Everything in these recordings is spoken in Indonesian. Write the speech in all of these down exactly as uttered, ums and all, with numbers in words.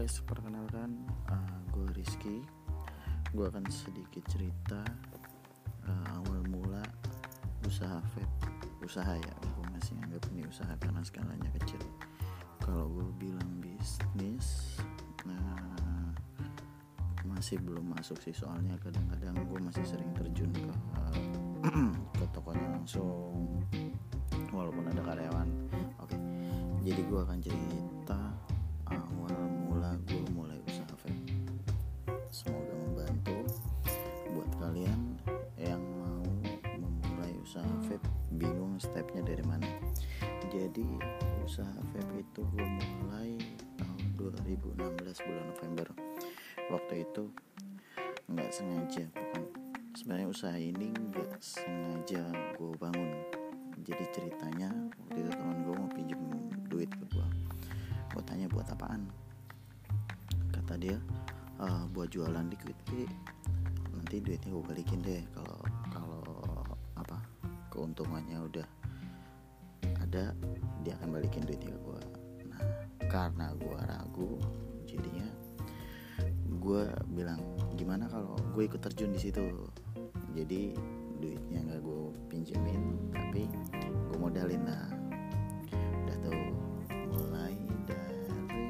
guys, perkenalkan uh, gue Rizky. Gue akan sedikit cerita uh, awal mula usaha vape. Usaha ya, gue masih anggap ini usaha karena skalanya kecil. Kalau gue bilang bisnis, nah masih belum masuk sih, soalnya kadang-kadang gue masih sering terjun ke uh, ke tokonya langsung, walaupun ada karyawan. Oke, jadi gue akan cerita awal mula gue mulai usaha vape. Semoga membantu buat kalian yang mau memulai usaha vape, bingung stepnya dari mana. Jadi usaha vape itu gue mulai tahun dua ribu enam belas bulan November. Waktu itu nggak sengaja, bukan sebenarnya usaha ini nggak sengaja gue bangun. Jadi ceritanya waktu itu teman gue mau pinjem duit ke gue. Gue tanya buat apaan? Kata dia e, buat jualan di Quickly. Nanti duitnya gue balikin deh kalau kalau apa keuntungannya udah ada, dia akan balikin duitnya ke gue. Nah, karena gue ragu, jadinya gue bilang gimana kalau gue ikut terjun di situ. Jadi duitnya nggak gue pinjemin, tapi gue modalin lah. Udah tuh mulai dari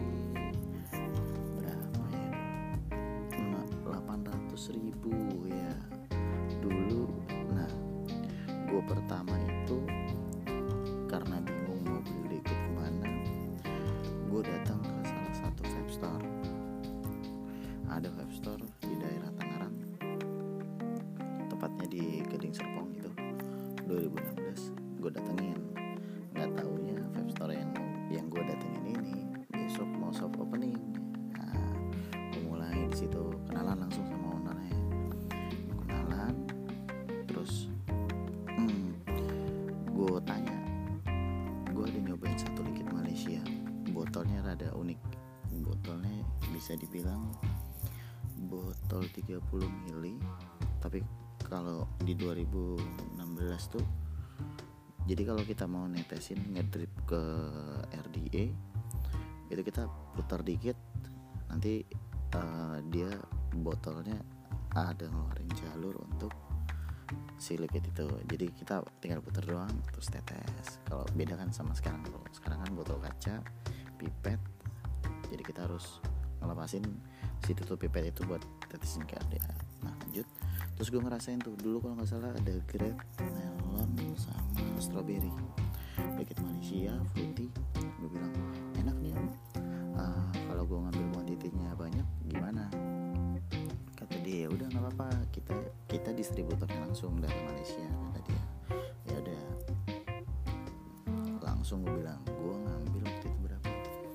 berapa ya, delapan ratus ribu ya dulu. Nah, gue pertama itu karena bingung mau beli liquid kemana, gue datang ke salah satu vape store. Ada vape store di daerah Tangerang, tepatnya di Gading Serpong itu. dua ribu enam belas gue datengin, nggak taunya vape store yang yang gue datengin ini besok mau soft opening. Nah, gue mulai di situ kenalan langsung sama ownernya, kenalan terus hmm, gue tanya, gue ada nyobain satu liquid Malaysia, botolnya rada unik. Botolnya bisa dibilang botol tiga puluh mili, tapi kalau di dua ribu enam belas tuh, jadi kalau kita mau netesin ngedrip ke R D A itu kita putar dikit, nanti uh, dia botolnya ada ngeluarin jalur untuk si liquid itu. Jadi kita tinggal putar doang terus tetes. Kalau beda kan sama sekarang, kalau sekarang kan botol kaca, pipet, jadi kita harus ngelepasin si tutup pipet itu buat tetesin ke R D A. Nah lanjut, terus gue ngerasain tuh dulu kalau nggak salah ada grape, melon sama strawberry, liquid Malaysia, fruity. Gue bilang enak nih om, uh, kalau gue ngambil kuantitinya banyak gimana? Kata dia udah nggak apa-apa, kita kita distributornya langsung dari Malaysia. Kata dia ya udah, langsung gue bilang gue ngambil waktu itu berapa?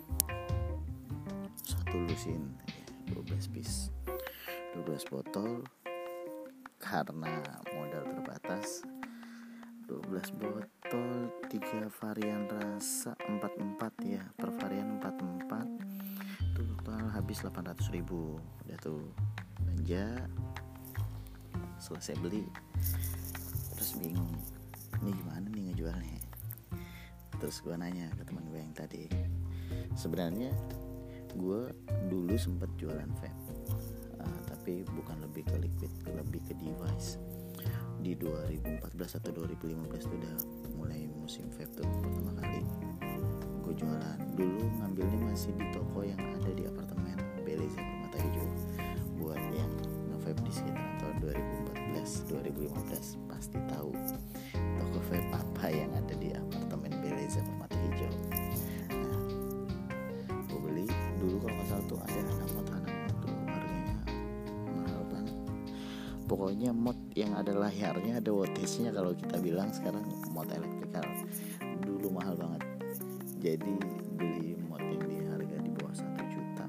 Satu lusin dua belas piece, dua belas botol. Karena modal terbatas, dua belas botol, tiga varian rasa, empat empat ya, per varian empat empat, total habis delapan ratus ribu. Udah tuh belanja, selesai beli, terus bingung ini gimana nih ngejualnya. Terus gue nanya ke teman gue yang tadi, sebenarnya gue dulu sempet jualan vape, uh, tapi bukan lebih ke liquid, lebih ke device. Di dua ribu empat belas atau dua ribu lima belas itu udah mulai musim vape tuh pertama kali gue jualan. Dulu ngambilnya masih di toko yang ada di apartemen Beleza Permata Hijau. Buat yang nge-vape di sekitaran tahun dua ribu empat belas dua ribu lima belas pasti tahu toko vape apa yang ada di apartemen Beleza Permata Hijau. Nah, gue beli dulu kalau nggak salah tuh ada anak mod anak mod tuh harganya mahal banget. Pokoknya mod yang ada layarnya, ada wattage-nya, kalau kita bilang sekarang mod elektrikal. Dulu mahal banget. Jadi beli mod yang di harga di bawah satu juta,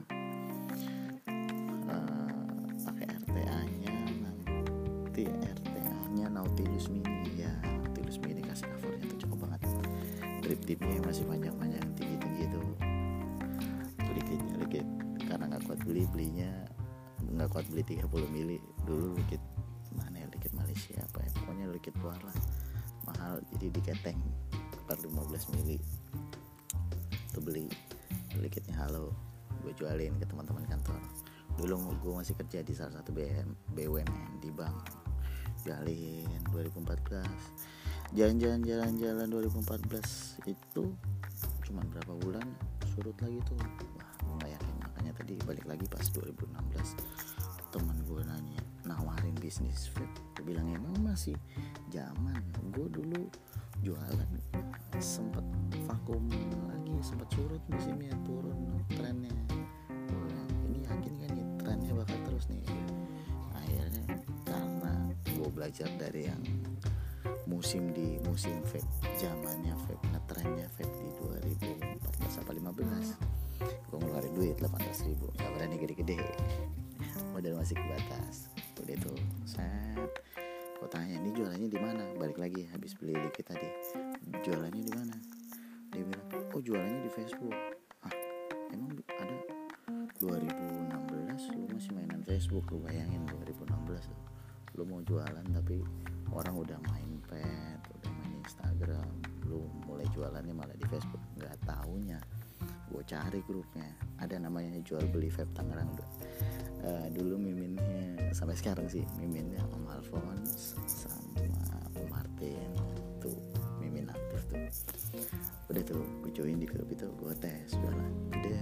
uh, pakai R T A-nya nanti R T A-nya Nautilus Mini ya, Nautilus Mini kasih covernya tuh cukup banget. Drip tipnya masih panjang-panjang tinggi-tinggi tuh. Liquidnya liquid karena nggak kuat beli belinya nggak kuat beli tiga puluh mili dulu. Liquid mana ya, liquid Malaysia apa ya, pokoknya liquid luar lah, mahal, jadi diketeng per lima belas mili tuh beli liquidnya halo. gue jualin ke teman-teman kantor. Dulu gue masih kerja di salah satu B U M N di bank. Jualin dua ribu empat belas. Jalan-jalan jalan-jalan dua ribu empat belas itu cuman berapa bulan surut lagi tuh. Wah, gue gak yakin. Makanya tadi balik lagi pas dua ribu enam belas teman gue nanya, nawarin bisnis vape. Gue bilang emang masih zaman. Gue dulu jualan sempet vakum lagi, sempet surut musimnya, turun trennya. Gue bilang ini yakin kan nih trennya bakal terus nih. Akhirnya karena gue belajar dari yang musim di musim vape, zamannya vape, ngetrennya vape di dua ribu empat belas apa lima belas, gue ngeluarin duit delapan belas ribu, gak berani gede-gede, modal masih kebatas. Udah tuh set, gue tanya ini jualannya di mana, balik lagi habis beli liquid tadi, jualannya di mana? Dia bilang oh jualannya di Facebook. Ah emang ada dua ribu enam belas lu masih mainan Facebook? Lu bayangin dua ribu enam belas lu mau jualan tapi orang udah main pet, udah main Instagram, lu mulai jualannya malah di Facebook. Nggak taunya gue cari grupnya, ada namanya jual beli vape Tangerang. Uh, dulu miminnya sampai sekarang sih, miminnya Om Alphonse sama Om Martin tuh, mimin aktif tuh. Udah tuh gue join di grup itu, gue tes jualan. Udah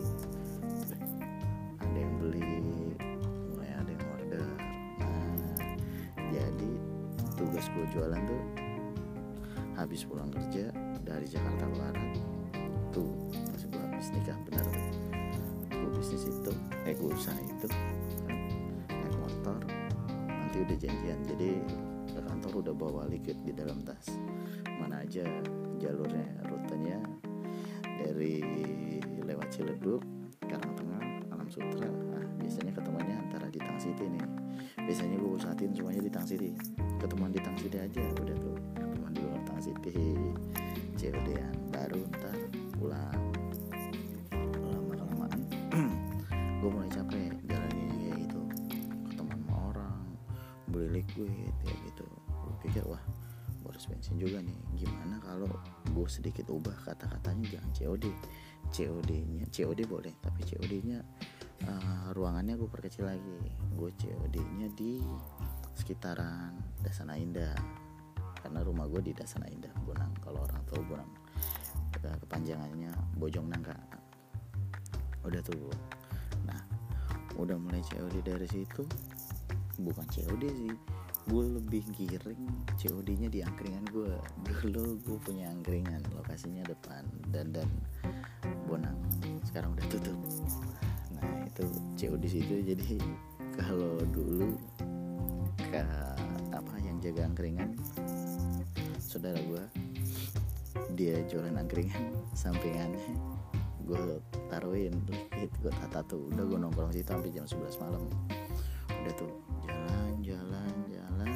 ada yang beli, mulai ada yang order. Nah jadi tugas gue jualan tuh habis pulang kerja dari Jakarta Barat tuh, pas gue habis nikah bener tuh, gue bisnis itu, eh gue usaha itu kan, naik motor, nanti udah janjian, jadi ke kantor udah bawa liquid di dalam tas, mana aja jalurnya, rutenya dari lewat Ciledug, Karangtengah, Alam Sutra. Nah, biasanya ketemuannya antara di Tang City nih, biasanya gue usahain semuanya di Tang City, ketemuan di Tang City aja udah tuh, ketemuan di luar Tang City, C O D-an, baru ntar pulang. Lama-kelamaan gue mulai capek jalaninnya kayak gitu, ketemu sama orang, beli liquid kayak gitu. Gue pikir wah gue harus bensin juga nih, gimana kalau gue sedikit ubah kata-katanya, jangan C O D, C O D-nya C O D boleh, tapi C O D-nya uh, ruangannya gue perkecil lagi, gue C O D-nya di sekitaran Dasana Indah, karena rumah gue di Dasana Indah, Bonang. Kalau orang tahu Bonang, kepanjangannya Bojong Nangka. Udah tuh, nah udah mulai C O D dari situ, bukan C O D sih, gue lebih giring C O D-nya di angkringan gue. Dulu gue punya angkringan, lokasinya depan dan dan Bonang, sekarang udah tutup. Nah itu C O D situ, jadi kalau dulu ke apa yang jaga angkringan saudara gue, dia jualan angkringan, sampingannya gue taruhin liquid, gue tata tuh, udah gue nongkrong situ sampai jam sebelas malam. Udah tuh jalan jalan jalan,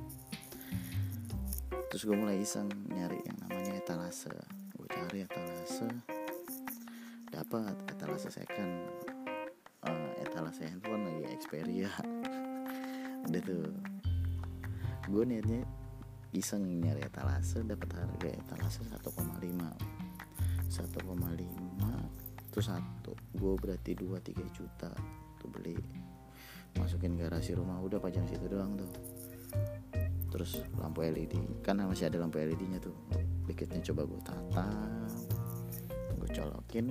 terus gue mulai iseng nyari yang namanya etalase. Gue cari etalase, dapat etalase second, uh, etalase handphone lagi Xperia. Udah tuh gue niatnya iseng nyari etalase, dapat harga etalase satu koma lima terus satu, gue berarti dua tiga juta tuh beli, masukin garasi rumah, udah pajang situ doang tuh. Terus lampu L E D, kan masih ada lampu L E D-nya tuh, liquidnya coba gue tata, gue colokin,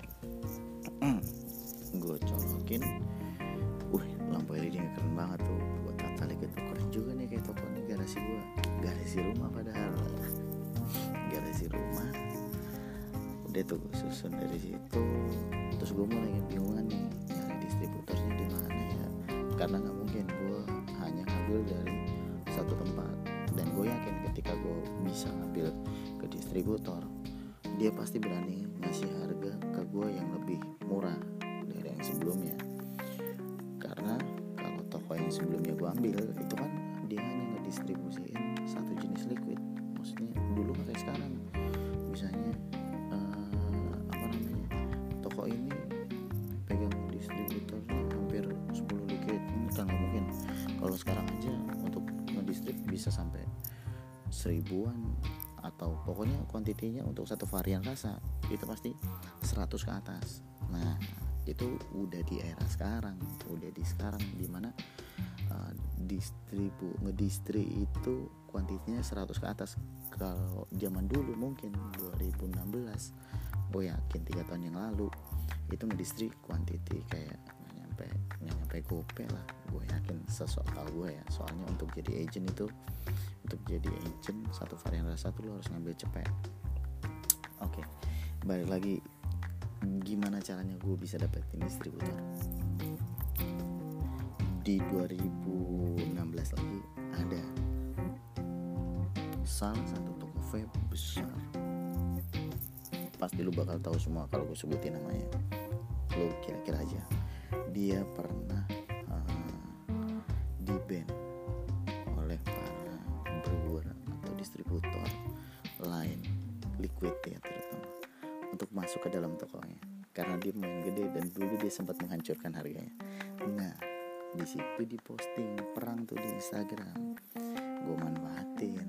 gue colokin, wih lampu L E D-nya keren banget tuh, gue tata liquid tuh, keren juga nih kayak toko nih garasi gue, garasi rumah padahal, garasi rumah. Udah tuh gue susun dari situ. Terus gue mulai bingungan nih, nyari distributornya di mana ya, karena nggak mungkin gue hanya ngambil dari satu tempat, dan gue yakin ketika gue bisa ngambil ke distributor, dia pasti berani ngasih harga ke gue yang lebih murah dari yang sebelumnya. Karena kalau toko yang sebelumnya gue ambil itu kan dia hanya ngedistribusiin satu jenis liquid, maksudnya dulu nggak kayak sekarang, misalnya toko ini pegang distributornya hampir sepuluh liquid, ini kan gak mungkin. Kalau sekarang aja untuk ngedistrib bisa sampai seribuan, atau pokoknya kuantitinya untuk satu varian rasa itu pasti seratus ke atas. Nah itu udah di era sekarang, udah di sekarang dimana uh, distribu ngedistri itu kuantitinya seratus ke atas. Kalau zaman dulu mungkin dua ribu enam belas, gue yakin tiga tahun yang lalu itu ngedistri kuantiti kayak nggak nyampe nggak nyampe gope lah, gue yakin sesuatu tau gue ya. Soalnya untuk jadi agent itu, untuk jadi agent satu varian rasa tuh lo harus ngambil cepet. Oke, balik lagi, gimana caranya gue bisa dapetin distributor. Di dua ribu enam belas lagi ada salah satu toko vape besar, pasti lu bakal tahu semua kalau gue sebutin namanya. Lu kira-kira aja, dia pernah uh, di ban oleh para brewer atau distributor lain, liquid ya terutama, untuk masuk ke dalam tokonya karena dia main gede dan dulu dia sempat menghancurkan harganya. Nah, di situ diposting perang tuh di Instagram, gue manfaatin.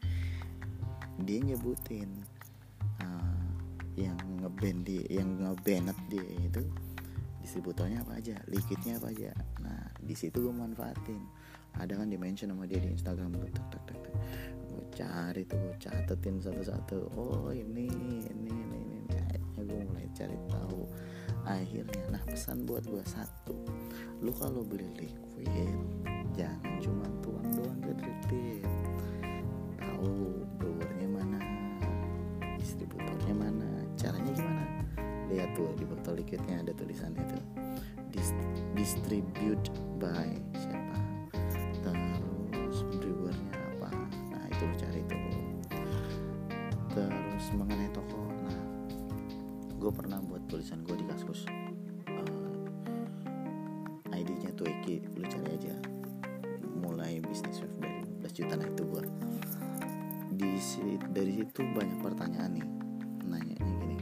Dia nyebutin uh, yang ngeban dia, yang ngebanet dia itu distributornya apa aja, liquidnya apa aja. Nah, di situ gue manfaatin. Ada kan di mention sama dia di Instagram tuh, tak tak tak tak. Gue cari tuh, gue catetin satu-satu. Oh ini, ini, ini, ini. Akhirnya gue mulai cari tahu. Akhirnya, nah pesan buat gue satu, lu kalau beli liquid jangan cuma tuang doang ke drip, tahu brewernya mana, distributornya mana, caranya gimana. Lihat tuh di botol liquidnya ada tulisannya itu Dis- distribute by siapa, terus brewernya apa. Nah itu lu cari tuh. Terus mengenai toko, nah gue pernah buat tulisan gue di Kaskus, uh, I D-nya tuh Eki, lu cari aja. Mulai bisnis wave dari lima belas juta, nah itu gue di dari situ banyak pertanyaan nih, nanya gini,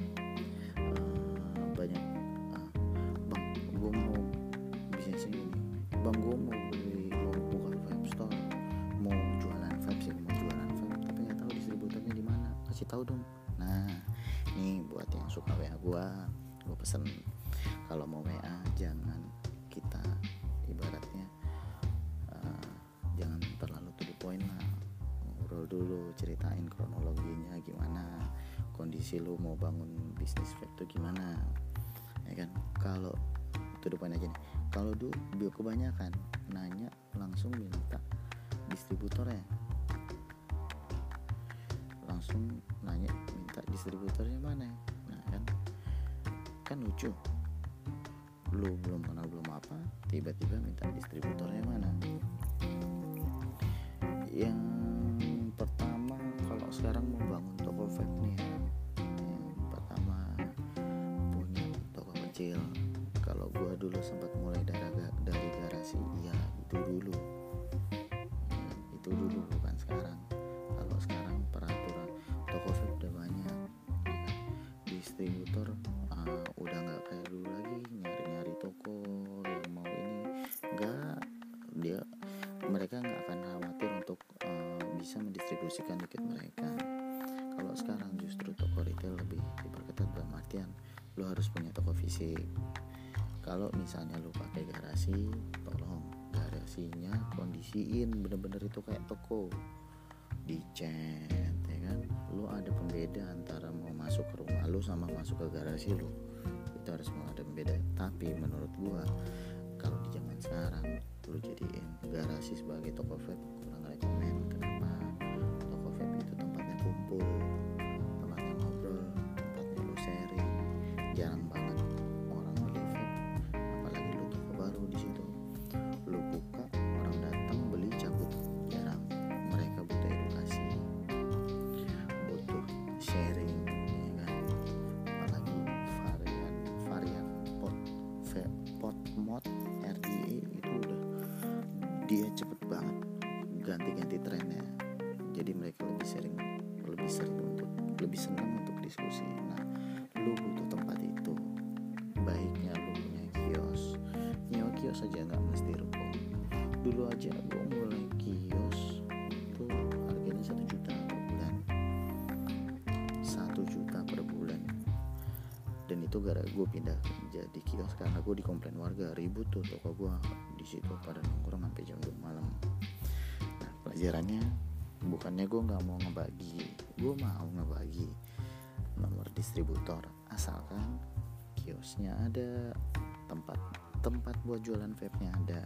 uh, banyak uh, bang gue mau bisnis ini, bang gue mau beli, mau buka vape store, mau jualan vape sih, mau jualan vape tapi nggak tahu distributornya di mana, kasih tahu dong. Nah nih buat yang suka W A gue, gue pesen kalau mau W A jangan kita ibaratnya uh, jangan terlalu to the point lah, ngobrol dulu, ceritain kronologinya gimana, kondisi lu mau bangun bisnis vape tuh gimana, ya kan. Kalau to the point aja nih, kalau dulu bio kebanyakan nanya langsung minta distributornya, langsung nanya minta distributornya mana. Nah kan kan lucu, lu belum kenal belum apa tiba-tiba minta distributornya mana. Yang pertama, kalau sekarang mau bangun toko vape nih ya, yang pertama punya toko kecil. Kalau gua dulu sempat mulai dari, dari garasi, ya itu dulu ya, itu dulu bukan sekarang. Kalau sekarang peraturan toko vape udah banyak, distributor uh, udah nggak kayak dulu lagi nyari-nyari toko yang mau ini, nggak, dia mereka nggak akan khawatir untuk uh, bisa mendistribusikan liquid mereka. Kalau sekarang justru toko retail lebih diperketat, dalam artian lo harus punya toko fisik. Kalau misalnya lo pakai garasi, tolong garasinya kondisiin bener-bener itu kayak toko, dicat ya kan. Lo ada pembeda antara mau masuk ke rumah lo sama masuk ke garasi lo, itu harus ada pembeda. Tapi menurut gua kalau di zaman sekarang lu jadiin garasi sebagai toko vape, kurang rekomen. Kenapa? Toko vape itu tempatnya kumpul, tempatnya ngobrol, tempatnya lu sharing. Jarang banget orang beli vape, apalagi lu toko baru di situ. Lu buka, orang datang beli cabut, jarang. Mereka butuh edukasi, butuh sharing, ya kan. Apalagi varian varian pot vape, pot mod R D A itu udah dia cepet banget ganti-ganti trennya, jadi mereka lebih sering lebih sering untuk lebih senang untuk diskusi. Nah lu butuh tempat itu, baiknya lu punya kios. Nyewa kios aja nggak mesti ruko. Dulu aja gue mulai kios tuh harganya satu juta per bulan, satu juta per bulan, dan itu gara gue pindah jadi kios karena gue dikomplain warga, ribut tuh toko gue di situ pada nongkrong sampai jam dua malam. Nah, pelajarannya bukannya gue nggak mau ngebagi, gue mau ngebagi nomor distributor asalkan kiosnya ada, tempat tempat buat jualan vape-nya ada,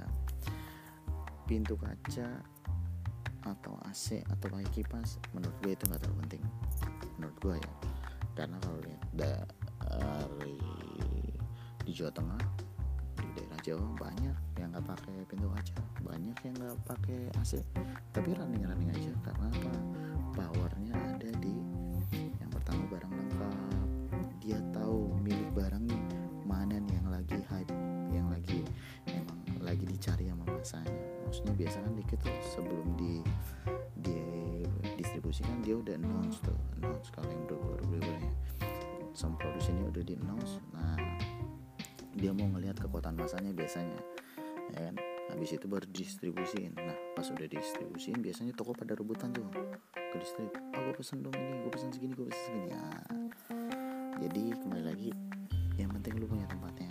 pintu kaca atau A C atau pakai kipas. Menurut gue itu nggak terlalu penting menurut gue ya, karena kalau lihat dari di Jawa Tengah, di daerah Jawa banyak yang nggak pakai pintu kaca, banyak yang nggak pakai A C tapi running running aja. Karena apa? Powernya ada di yang pertama, barang lengkap, dia tahu milik barang nih mana nih yang lagi hype, yang lagi emang lagi dicari sama masanya. Maksudnya biasa kan dikit tuh sebelum di di distribusikan dia udah announce tuh announce kalau yang berubah-ubahnya sama produsennya udah di announce. Nah, dia mau ngelihat kekuatan masanya biasanya, ya kan. Habis itu baru distribusiin. Nah, pas udah distribusiin biasanya toko pada rebutan tuh ke distrib. Oh, gue pesen dong ini, gue pesen segini, gue pesen segini. Ya. Jadi kembali lagi, yang penting lu punya tempatnya,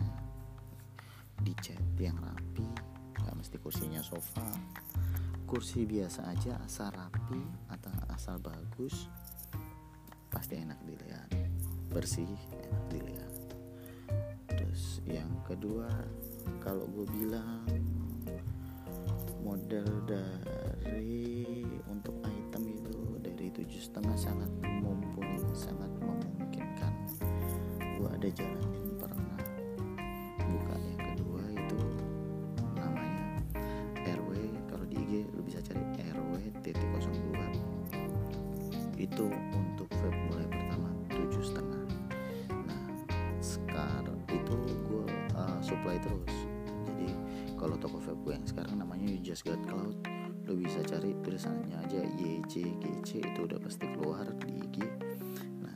dicat yang rapi, nggak mesti kursinya sofa, kursi biasa aja asal rapi atau asal bagus, pasti enak dilihat, bersih, enak dilihat. Terus yang kedua, kalau gue bilang modal dari untuk item itu dari tujuh setengah sangat mumpuni, sangat memungkinkan. Gue ada jalanin pernah buka yang kedua itu namanya R W. Kalau di I G lu bisa cari R W titik nol dua, itu untuk vape mulai pertama tujuh setengah. Nah, sekarang itu gue uh, supply terus. Jadi kalau toko vape gue yang sekarang namanya You Just Got Cloud, lu bisa cari tulisannya aja Y J G C, itu udah pasti keluar di I G. Nah,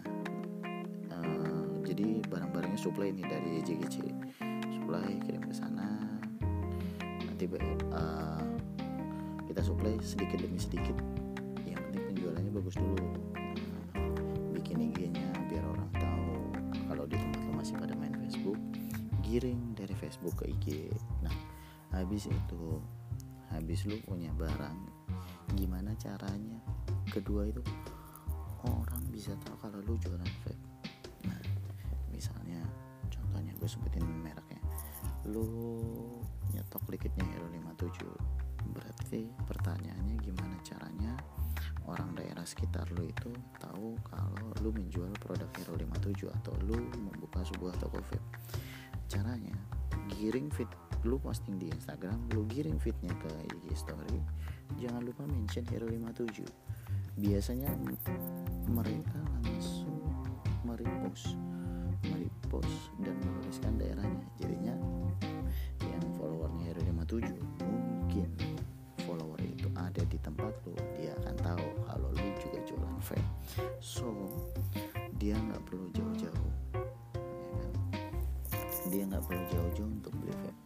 uh, jadi barang-barangnya supply ini dari Y J G C, supply kirim ke sana. Nanti uh, kita supply sedikit demi sedikit. Yang penting penjualannya bagus dulu. Bikin I G-nya biar orang tahu kalau di tempat lo masih pada main Facebook, giring dari Facebook ke I G. Nah, habis itu, habis lu punya barang, gimana caranya? Kedua itu orang bisa tahu kalau lu jualan vape. Nah, misalnya contohnya gue sebutin mereknya, lu nyetok liquidnya Hero lima puluh tujuh, berarti pertanyaannya gimana caranya orang daerah sekitar lu itu tahu kalau lu menjual produk Hero lima puluh tujuh atau lu membuka sebuah toko vape. Caranya giring feed, lu posting di Instagram, lu giring feednya ke I G story, jangan lupa mention Hero lima puluh tujuh. Biasanya mereka langsung merepost merepost dan menuliskan daerahnya. Jadinya yang followernya Hero lima puluh tujuh, mungkin follower itu ada di tempat lu, dia akan tahu kalau lu juga jualan vape. So dia nggak perlu jauh-jauh, ya kan? Dia nggak perlu jauh-jauh untuk beli vape.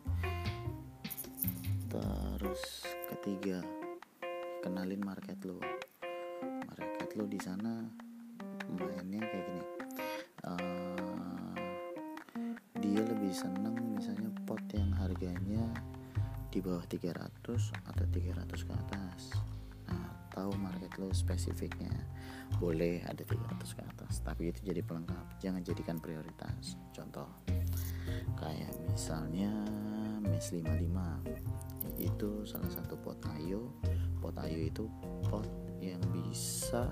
Terus ketiga, kenalin market lu. Market lu di sana mainnya kayak gini. Uh, dia lebih seneng misalnya pot yang harganya di bawah tiga ratus atau tiga ratus ke atas. Nah, tahu market lo spesifiknya. Boleh ada tiga ratus ke atas, tapi itu jadi pelengkap, jangan jadikan prioritas. Contoh kayak misalnya Mes lima puluh lima, itu salah satu pot ayo. Pot ayo itu pot yang bisa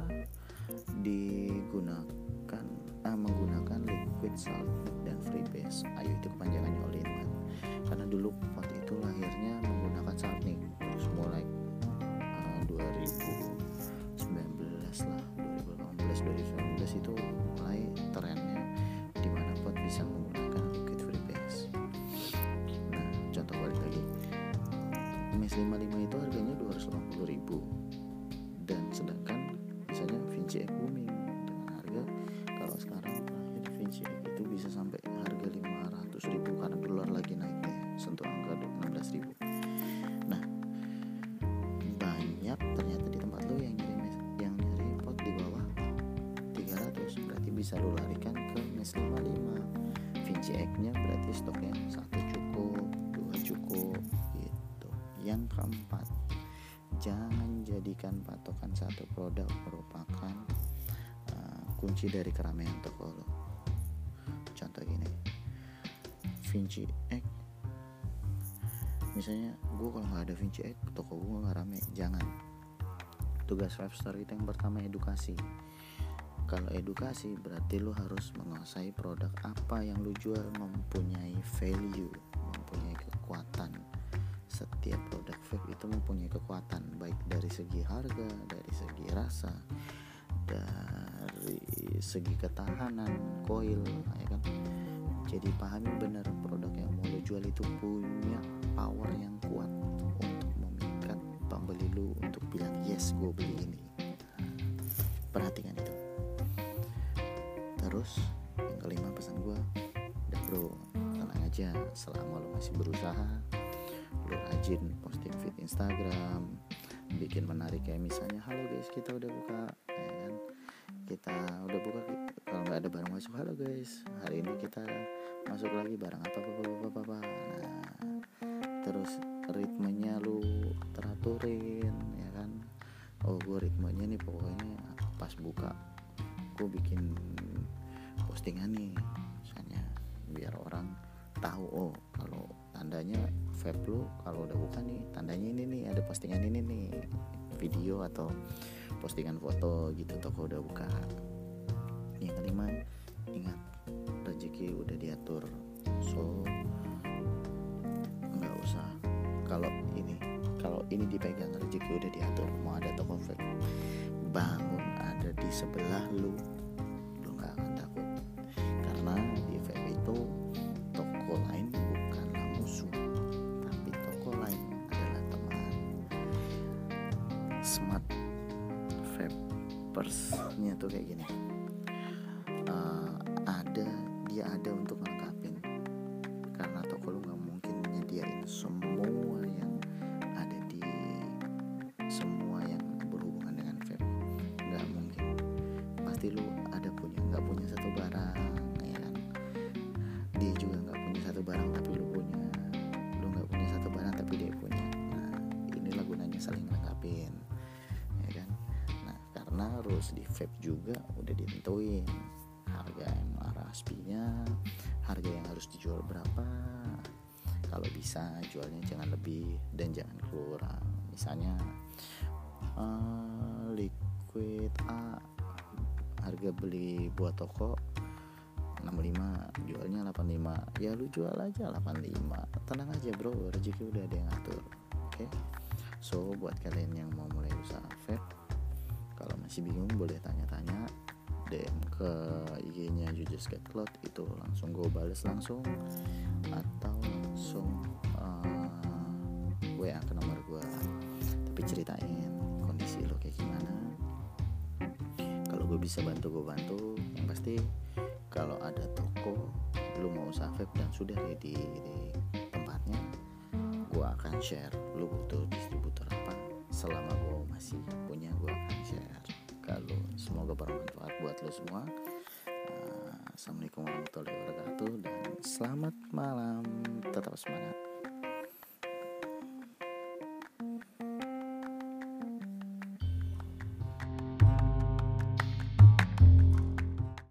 digunakan ah, menggunakan liquid salt dan freebase. Ayo itu kepanjangannya all in one. Karena dulu pot itu lahirnya menggunakan salt nih, terus mulai uh, dua ribu sembilan belas lah, dua ribu delapan belas dua ribu sembilan belas itu mulai trennya di mana pot bisa menggunakan liquid freebase. Nah, contoh balik lagi, Mes lima puluh lima itu harganya dua ratus delapan puluh ribu, dan sedangkan misalnya Vinci X booming dengan harga, kalau sekarang terakhir Vinci X itu bisa sampai harga lima ratus ribu karena dolar lagi naiknya sentuh angka enam belas ribu. Nah, banyak ternyata di tempat lo yang nyari yang nyari pot di bawah tiga ratus, berarti bisa lo larikan ke Mes lima puluh lima. Vinci X-nya berarti stoknya satu cukup, dua cukup gitu. Yang keempat, jangan jadikan patokan satu produk merupakan uh, kunci dari keramaian toko lo. Contoh gini, Vinci X, misalnya gue kalau nggak ada Vinci X, toko gue nggak rame. Jangan. Tugas five star itu yang pertama edukasi. Kalau edukasi berarti lu harus menguasai produk apa yang lu jual mempunyai value, mempunyai kekuatan. Setiap produk vape itu mempunyai kekuatan, baik dari segi harga, dari segi rasa, dari segi ketahanan coil, ya kan. Jadi pahami benar produk yang mau lu jual itu punya power yang kuat untuk memikat pembeli lu untuk bilang yes, gue beli ini. Perhatikan itu. Terus yang kelima pesan gue, udah bro, tenang aja, selama lo masih berusaha, lo rajin posting feed Instagram, bikin menarik kayak misalnya, halo guys kita udah buka, ya kan? Kita udah buka, kalau nggak ada barang masuk, halo guys, hari ini kita masuk lagi barang apa apa apa apa, apa. Nah, terus ritmenya lu teraturin, ya kan? Oh gue ritmenya nih pokoknya pas buka gue bikin postingan nih, misalnya biar orang tahu, oh kalau tandanya vape lu kalau udah buka nih tandanya ini nih, ada postingan ini nih, video atau postingan foto gitu, toko udah buka. Yang kelima, ingat rezeki udah diatur, so nggak usah kalau ini kalau ini dipegang rezeki udah diatur. Mau ada toko vape bangun ada di sebelah lu, lu nggak akan takut, karena di vape itu toko lain bukanlah musuh, tapi toko lain adalah teman. Smart vapersnya tuh kayak gini, uh, ada dia ada untuk melengkapin, karena toko lu nggak mungkin nyediain semua yang ada di semua yang berhubungan dengan vape, nggak mungkin. Pasti lu ada punya nggak punya satu barang, ya kan? Dia juga nggak punya satu barang tapi lu punya, lu nggak punya satu barang tapi dia punya. Nah inilah gunanya saling melengkapin, ya kan? Nah karena rules di vape juga udah ditentuin, harga M R S P-nya, harga yang harus dijual berapa. Kalau bisa jualnya jangan lebih dan jangan kurang. Misalnya uh, liquid A harga beli buat toko enam puluh lima, jualnya delapan puluh lima, ya lu jual aja delapan puluh lima. Tenang aja bro, rezeki udah ada yang ngatur. Oke, okay? So buat kalian yang mau mulai usaha vape, kalau masih bingung boleh tanya-tanya, D M ke I G-nya Jujus Cat Cloth, itu langsung gue bales langsung, atau langsung uh, W A ke nomor gue. Tapi ceritain kondisi lo kayak gimana. Kalau gue bisa bantu gue bantu. Yang pasti kalau ada toko lu mau usaha vape dan sudah ready di tempatnya, gue akan share lu butuh distributor apa. Selama gue masih punya, gue akan share kalau. Semoga bermanfaat buat lo semua. uh, Assalamualaikum warahmatullahi wabarakatuh dan selamat malam, tetap semangat.